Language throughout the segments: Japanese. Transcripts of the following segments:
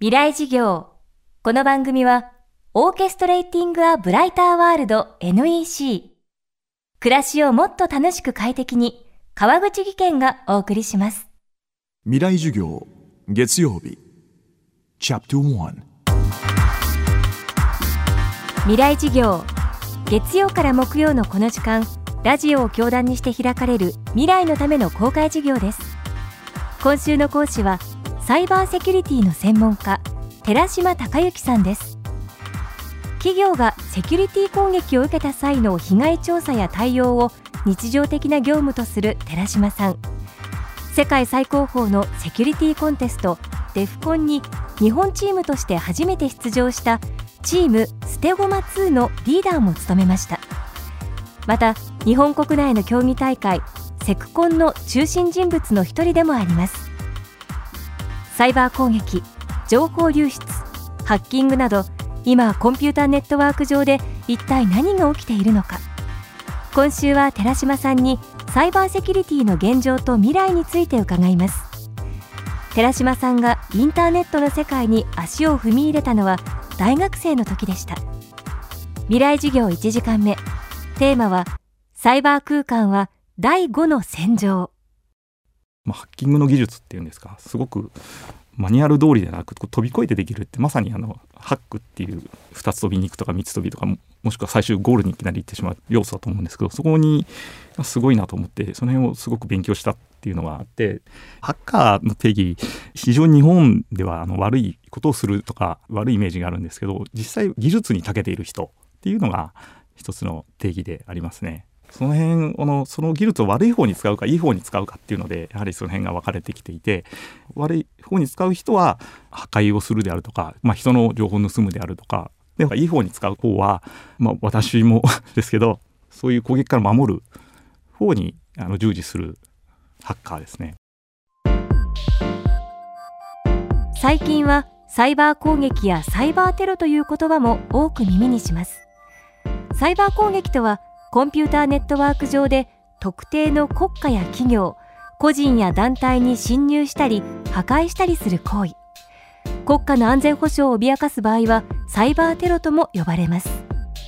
未来事業。この番組はオーケストレーティング・ア・ブライター・ワールド NEC 暮らしをもっと楽しく快適に川口義賢がお送りします。 未来授業月曜日チャプター1 未来事業月曜から木曜のこの時間、ラジオを教壇にして開かれる未来のための公開授業です。今週の講師はサイバーセキュリティの専門家寺島隆之さんです。企業がセキュリティ攻撃を受けた際の被害調査や対応を日常的な業務とする寺島さん、世界最高峰のセキュリティコンテストデフコンに日本チームとして初めて出場したチームステゴマ2のリーダーも務めました。また日本国内の競技大会セクコンの中心人物の一人でもあります。サイバー攻撃、情報流出、ハッキングなど今コンピューターネットワーク上で一体何が起きているのか。今週は寺島さんにサイバーセキュリティの現状と未来について伺います。寺島さんがインターネットの世界に足を踏み入れたのは大学生の時でした。未来授業1時間目、テーマはサイバー空間は第5の戦場。 ハッキングの技術っていうんですか、すごくマニュアル通りではなく飛び越えてできるって、まさにハックっていう2つ飛びに行くとか3つ飛びとか もしくは最終ゴールにいきなり行ってしまう要素だと思うんですけど、そこにすごいなと思ってその辺をすごく勉強したっていうのがあって、ハッカーの定義、非常に日本では悪いことをするとか悪いイメージがあるんですけど、実際技術に長けている人っていうのが一つの定義でありますね。その辺その技術を悪い方に使うかいい方に使うかっていうので、やはりその辺が分かれてきていて、悪い方に使う人は破壊をするであるとか、人の情報を盗むであるとか、でいい方に使う方は、私もですけど、そういう攻撃から守る方に従事するハッカーですね。 最近はサイバー攻撃やサイバーテロという言葉も多く耳にします。サイバー攻撃とはコンピューターネットワーク上で特定の国家や企業、個人や団体に侵入したり破壊したりする行為。国家の安全保障を脅かす場合はサイバーテロとも呼ばれます。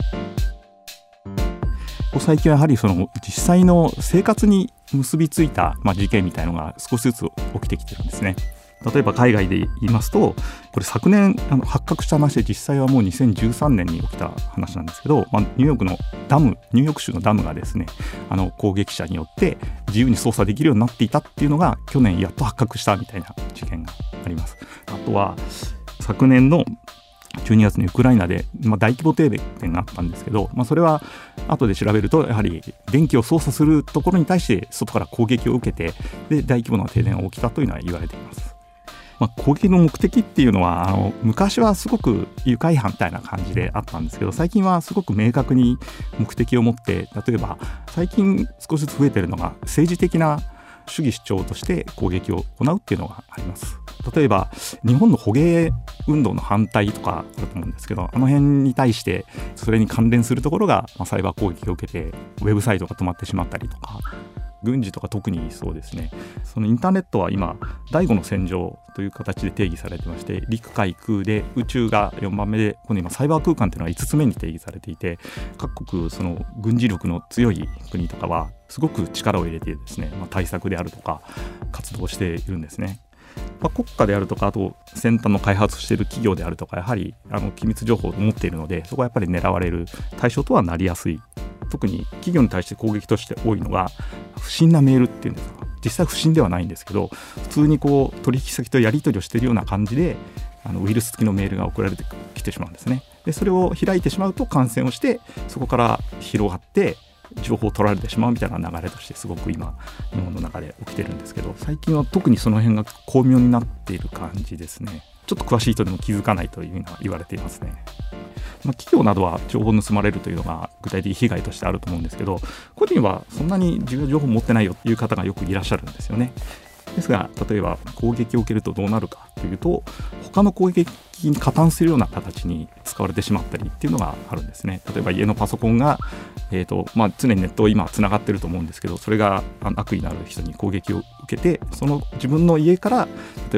最近はやはり実際の生活に結びついた事件みたいなのが少しずつ起きてきてるんですね。例えば海外で言いますと、これ昨年発覚した話で、実際はもう2013年に起きた話なんですけど、ニューヨーク州のダムがですね、攻撃者によって自由に操作できるようになっていたっていうのが去年やっと発覚したみたいな事件があります。あとは昨年の12月にウクライナで、大規模停電があったんですけど、それは後で調べると、やはり電気を操作するところに対して外から攻撃を受けて、で大規模な停電が起きたというのは言われています。攻撃の目的っていうのは昔はすごく愉快犯みたいな感じであったんですけど、最近はすごく明確に目的を持って、例えば最近少しずつ増えているのが政治的な主義主張として攻撃を行うっていうのがあります。例えば日本の捕鯨運動の反対とかあると思うんですけど、辺に対してそれに関連するところがサイバー攻撃を受けてウェブサイトが止まってしまったりとか、軍事とか特にそうですね。そのインターネットは今第5の戦場という形で定義されてまして、陸海空で宇宙が4番目で、この今サイバー空間というのは5つ目に定義されていて、各国その軍事力の強い国とかはすごく力を入れてですね、対策であるとか活動しているんですね。国家であるとか、あと先端の開発している企業であるとか、やはり機密情報を持っているので、そこはやっぱり狙われる対象とはなりやすい。特に企業に対して攻撃として多いのが不審なメールっていうんですか。実際不審ではないんですけど、普通に取引先とやり取りをしているような感じでウイルス付きのメールが送られてきてしまうんですね。でそれを開いてしまうと感染をして、そこから広がって情報を取られてしまうみたいな流れとして、すごく今日本の中で起きてるんですけど、最近は特にその辺が巧妙になっている感じですね。ちょっと詳しい人でも気づかないというのは言われていますね。企業などは情報を盗まれるというのが具体的被害としてあると思うんですけど、個人はそんなに重要情報を持ってないよという方がよくいらっしゃるんですよね。ですが、例えば攻撃を受けるとどうなるかというと、他の攻撃に加担するような形に使われてしまったりっていうのがあるんですね。例えば家のパソコンが、常にネット今つながってると思うんですけど、それが悪意のある人に攻撃を受けて、その自分の家から例えば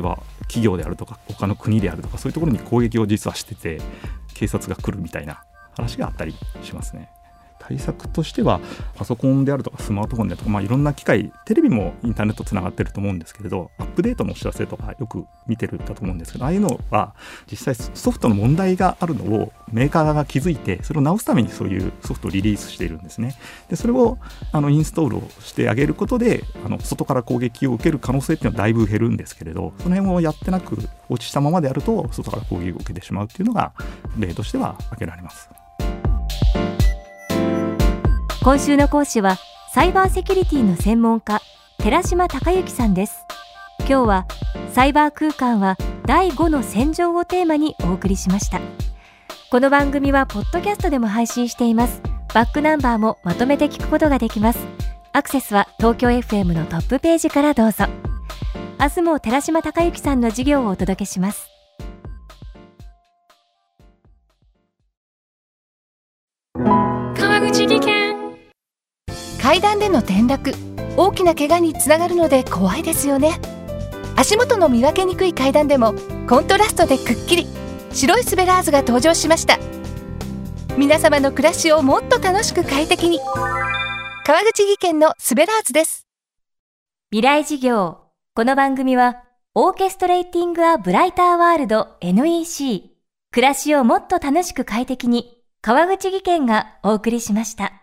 企業であるとか他の国であるとかそういうところに攻撃を実はしてて警察が来るみたいな話があったりしますね。対策としてはパソコンであるとかスマートフォンであるとか、いろんな機械テレビもインターネットつながってると思うんですけれどアップデートのお知らせとかよく見てるかと思うんですけどああいうのは実際ソフトの問題があるのをメーカーが気づいてそれを直すためにそういうソフトをリリースしているんですね。でそれをインストールをしてあげることで外から攻撃を受ける可能性っていうのはだいぶ減るんですけれどその辺をやってなく落ちしたままであると外から攻撃を受けてしまうっていうのが例としては挙げられます。 今週の講師はサイバーセキュリティの専門家寺島隆之さんです。今日はサイバー空間は第5の戦場をテーマにお送りしました。この番組はポッドキャストでも配信しています。バックナンバーもまとめて聞くことができます。アクセスは東京 FM のトップページからどうぞ。明日も寺島隆之さんの授業をお届けします。 川口技研。 階段での転落、大きな怪我につながるので怖いですよね。足元の見分けにくい階段でもコントラストでくっきり白いスベラーズが登場しました。皆様の暮らしをもっと楽しく快適に、川口技研のスベラーズです。 未来事業。この番組はオーケストレーティング・ア・ブライター・ワールド NEC 暮らしをもっと楽しく快適に川口技研がお送りしました。